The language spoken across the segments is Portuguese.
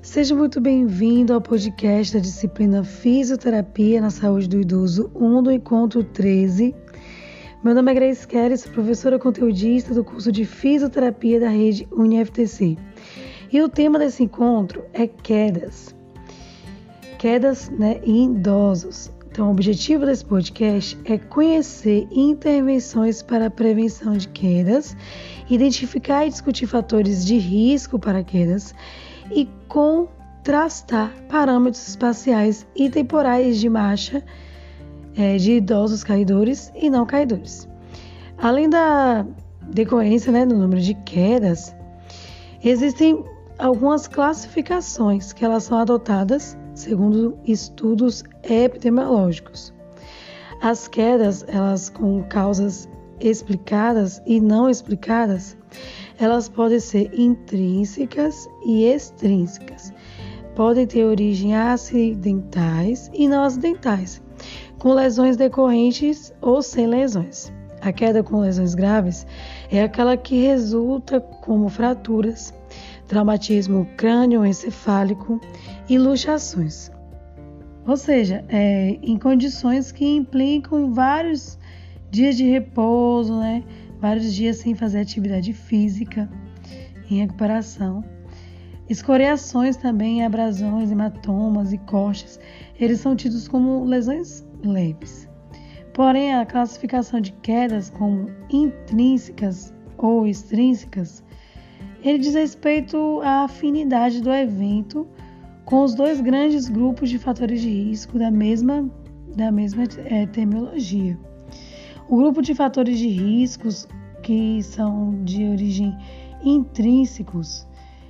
Seja muito bem-vindo ao podcast da disciplina Fisioterapia na Saúde do Idoso 1 do Encontro 13. Meu nome é Grace Kelly, sou professora conteudista do curso de Fisioterapia da rede UniFTC. E o tema desse encontro é quedas. Quedas, em idosos. Então, o objetivo desse podcast é conhecer intervenções para a prevenção de quedas, identificar e discutir fatores de risco para quedas e contrastar parâmetros espaciais e temporais de marcha de idosos caidores e não caidores. Além da decorrência do número de quedas, existem algumas classificações que elas são adotadas segundo estudos epidemiológicos. As quedas, elas com causas explicadas e não explicadas, elas podem ser intrínsecas e extrínsecas. Podem ter origem acidentais e não acidentais, com lesões decorrentes ou sem lesões. A queda com lesões graves é aquela que resulta como fraturas, traumatismo crânioencefálico e luxações. Ou seja, em condições que implicam vários dias de repouso, vários dias sem fazer atividade física, em recuperação. Escoriações também, abrasões, hematomas e cortes, eles são tidos como lesões leves. Porém, a classificação de quedas como intrínsecas ou extrínsecas, ele diz respeito à afinidade do evento com os dois grandes grupos de fatores de risco da mesma terminologia. O grupo de fatores de riscos que são de origem intrínsecos,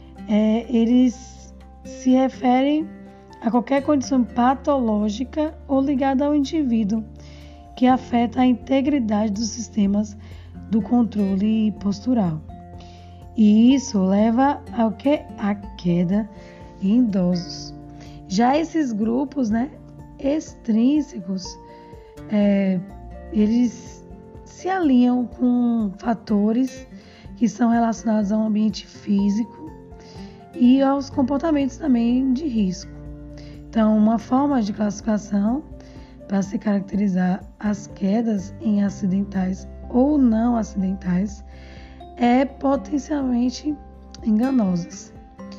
eles se referem a qualquer condição patológica ou ligada ao indivíduo que afeta a integridade dos sistemas do controle postural. E isso leva ao que? A queda em idosos. Já esses grupos, extrínsecos, eles se alinham com fatores que são relacionados ao ambiente físico e aos comportamentos também de risco. Então, uma forma de classificação para se caracterizar as quedas em acidentais ou não acidentais é potencialmente enganosas.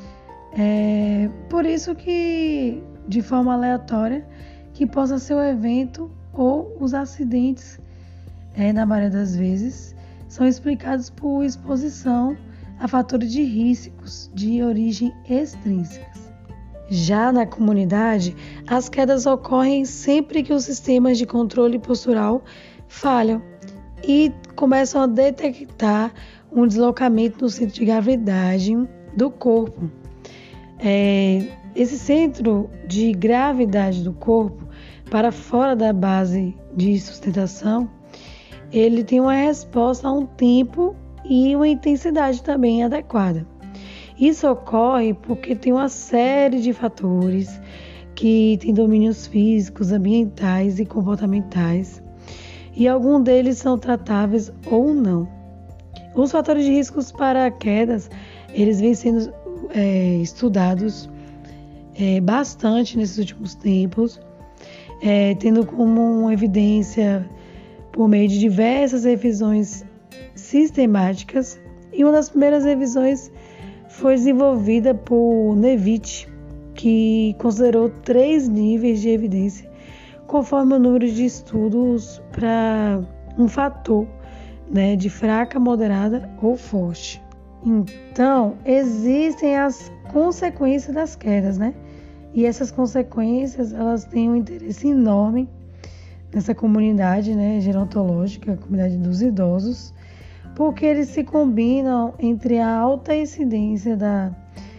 Por isso que, de forma aleatória, que possa ser o evento ou os acidentes, na maioria das vezes, são explicados por exposição a fatores de riscos de origem extrínsecas. Já na comunidade, as quedas ocorrem sempre que os sistemas de controle postural falham e começam a detectar um deslocamento no centro de gravidade do corpo. Esse centro de gravidade do corpo para fora da base de sustentação, ele tem uma resposta a um tempo e uma intensidade também adequada. Isso ocorre porque tem uma série de fatores que têm domínios físicos, ambientais e comportamentais, e alguns deles são tratáveis ou não. Os fatores de riscos para quedas, eles vêm sendo estudados bastante nesses últimos tempos, tendo como uma evidência por meio de diversas revisões sistemáticas, e uma das primeiras revisões foi desenvolvida por Nevitt, que considerou 3 níveis de evidência conforme o número de estudos para um fator de fraca, moderada ou forte. Então, existem as consequências das quedas, E essas consequências, elas têm um interesse enorme nessa comunidade, gerontológica, a comunidade dos idosos, porque eles se combinam entre a alta incidência da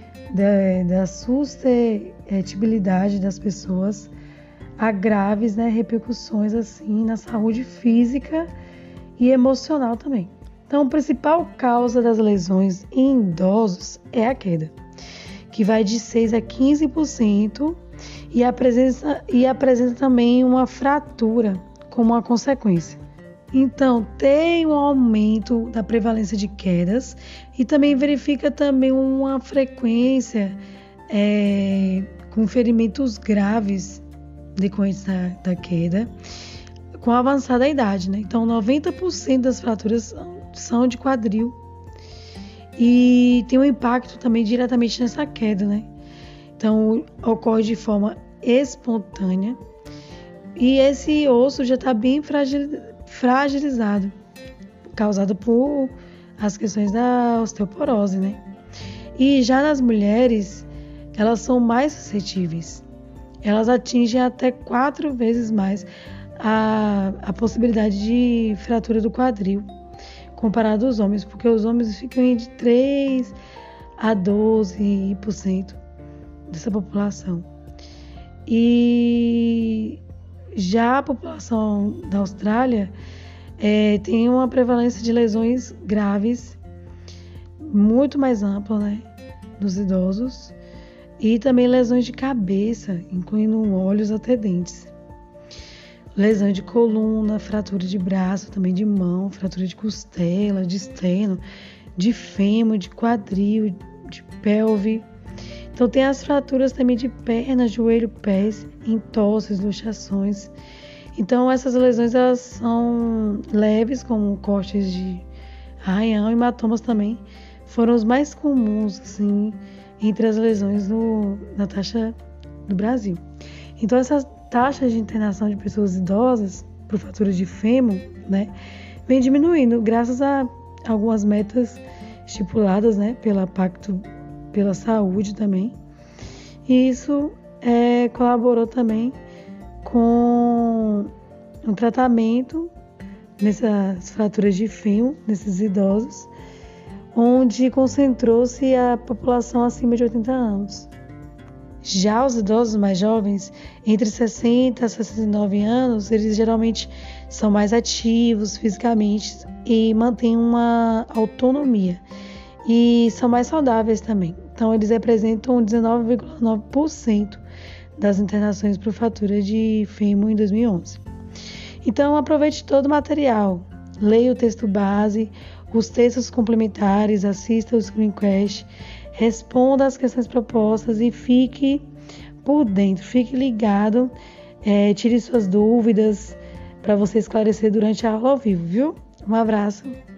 suscetibilidade das pessoas a graves repercussões assim na saúde física e emocional também. Então, a principal causa das lesões em idosos é a queda, que vai de 6% a 15% e apresenta também uma fratura como uma consequência. Então, tem um aumento da prevalência de quedas e também verifica também uma frequência com ferimentos graves decorrentes da queda, com avançada idade, né? Então, 90% das fraturas são de quadril e tem um impacto também diretamente nessa queda, né? Então, ocorre de forma espontânea e esse osso já está bem fragilizado, causado por as questões da osteoporose, né? E já nas mulheres, elas são mais suscetíveis. Elas atingem até 4 vezes mais a possibilidade de fratura do quadril comparado aos homens, porque os homens ficam de 3 a 12% dessa população. E já a população da Austrália tem uma prevalência de lesões graves muito mais ampla, né, dos idosos, e também lesões de cabeça, incluindo olhos até dentes. Lesão de coluna, fratura de braço, também de mão, fratura de costela, de externo, de fêmur, de quadril, de pelve. Então tem as fraturas também de pernas, joelho, pés, entorses, luxações. Então essas lesões elas são leves, como cortes de arranhão e hematomas também. Foram os mais comuns, assim, entre as lesões na taxa do Brasil. Então, essas taxas de internação de pessoas idosas por fratura de fêmur, né, vem diminuindo graças a algumas metas estipuladas, né, pela Pacto pela Saúde também. E isso colaborou também com um tratamento nessas fraturas de fêmur, nesses idosos, onde concentrou-se a população acima de 80 anos. Já os idosos mais jovens, entre 60 a 69 anos, eles geralmente são mais ativos fisicamente e mantêm uma autonomia e são mais saudáveis também. Então, eles representam 19,9% das internações por fratura de fêmur em 2011. Então, aproveite todo o material, leia o texto base, os textos complementares, assista o screencast, responda às questões propostas e fique por dentro, fique ligado, tire suas dúvidas para você esclarecer durante a aula ao vivo, viu? Um abraço.